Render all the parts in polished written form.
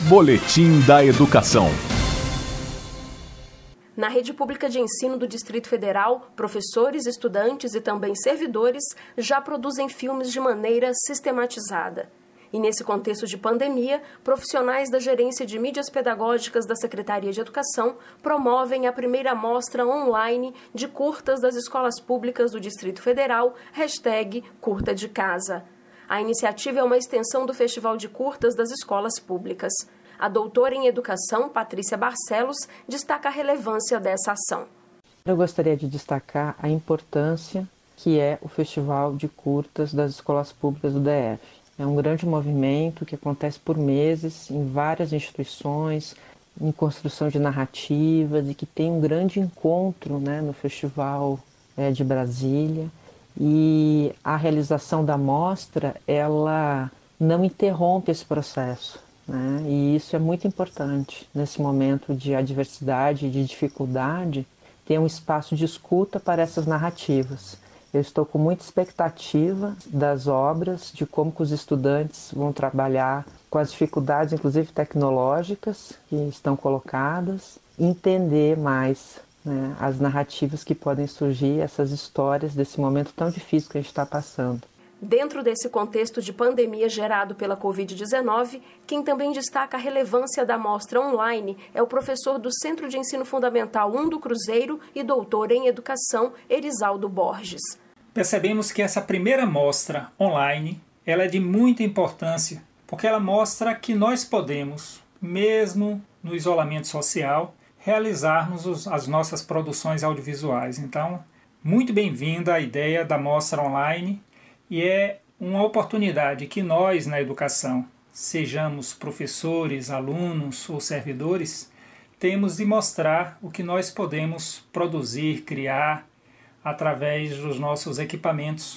Boletim da Educação. Na rede pública de ensino do Distrito Federal, professores, estudantes e também servidores já produzem filmes de maneira sistematizada. E nesse contexto de pandemia, profissionais da Gerência de Mídias Pedagógicas da Secretaria de Educação promovem a primeira mostra online de curtas das escolas públicas do Distrito Federal, #Curta de Casa. A iniciativa é uma extensão do Festival de Curtas das Escolas Públicas. A doutora em Educação, Patrícia Barcelos, destaca a relevância dessa ação. Eu gostaria de destacar a importância que é o Festival de Curtas das Escolas Públicas do DF. É um grande movimento que acontece por meses em várias instituições, em construção de narrativas e que tem um grande encontro, no Festival de Brasília. E a realização da mostra, ela não interrompe esse processo, E isso é muito importante. Nesse momento de adversidade e de dificuldade, ter um espaço de escuta para essas narrativas. Eu estou com muita expectativa das obras, de como que os estudantes vão trabalhar com as dificuldades, inclusive tecnológicas, que estão colocadas, entender mais as narrativas que podem surgir, essas histórias desse momento tão difícil que a gente está passando. Dentro desse contexto de pandemia gerado pela Covid-19, quem também destaca a relevância da mostra online é o professor do Centro de Ensino Fundamental 1 do Cruzeiro e doutor em Educação, Erisaldo Borges. Percebemos que essa primeira mostra online ela é de muita importância, porque ela mostra que nós podemos, mesmo no isolamento social, realizarmos as nossas produções audiovisuais. Então, muito bem-vinda a ideia da mostra online e é uma oportunidade que nós, na educação, sejamos professores, alunos ou servidores, temos de mostrar o que nós podemos produzir, criar através dos nossos equipamentos.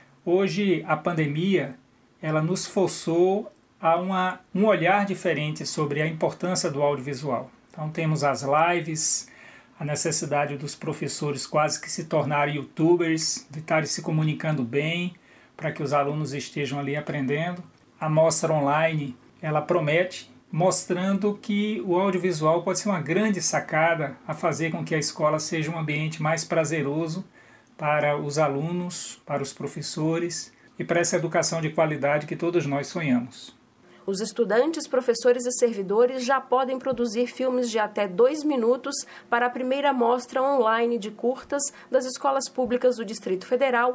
Hoje, a pandemia ela nos forçou a um olhar diferente sobre a importância do audiovisual. Então temos as lives, a necessidade dos professores quase que se tornarem youtubers, de estarem se comunicando bem, para que os alunos estejam ali aprendendo. A mostra online, ela promete, mostrando que o audiovisual pode ser uma grande sacada a fazer com que a escola seja um ambiente mais prazeroso para os alunos, para os professores e para essa educação de qualidade que todos nós sonhamos. Os estudantes, professores e servidores já podem produzir filmes de até 2 minutos para a primeira mostra online de curtas das escolas públicas do Distrito Federal,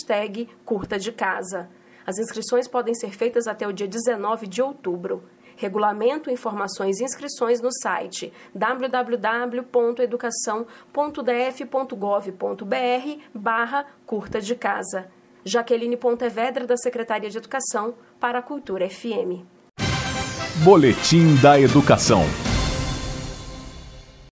#Curta de Casa. As inscrições podem ser feitas até o dia 19 de outubro. Regulamento, informações e inscrições no site www.educação.df.gov.br/Curta de Casa. Jaqueline Pontevedra, da Secretaria de Educação, para a Cultura FM. Boletim da Educação.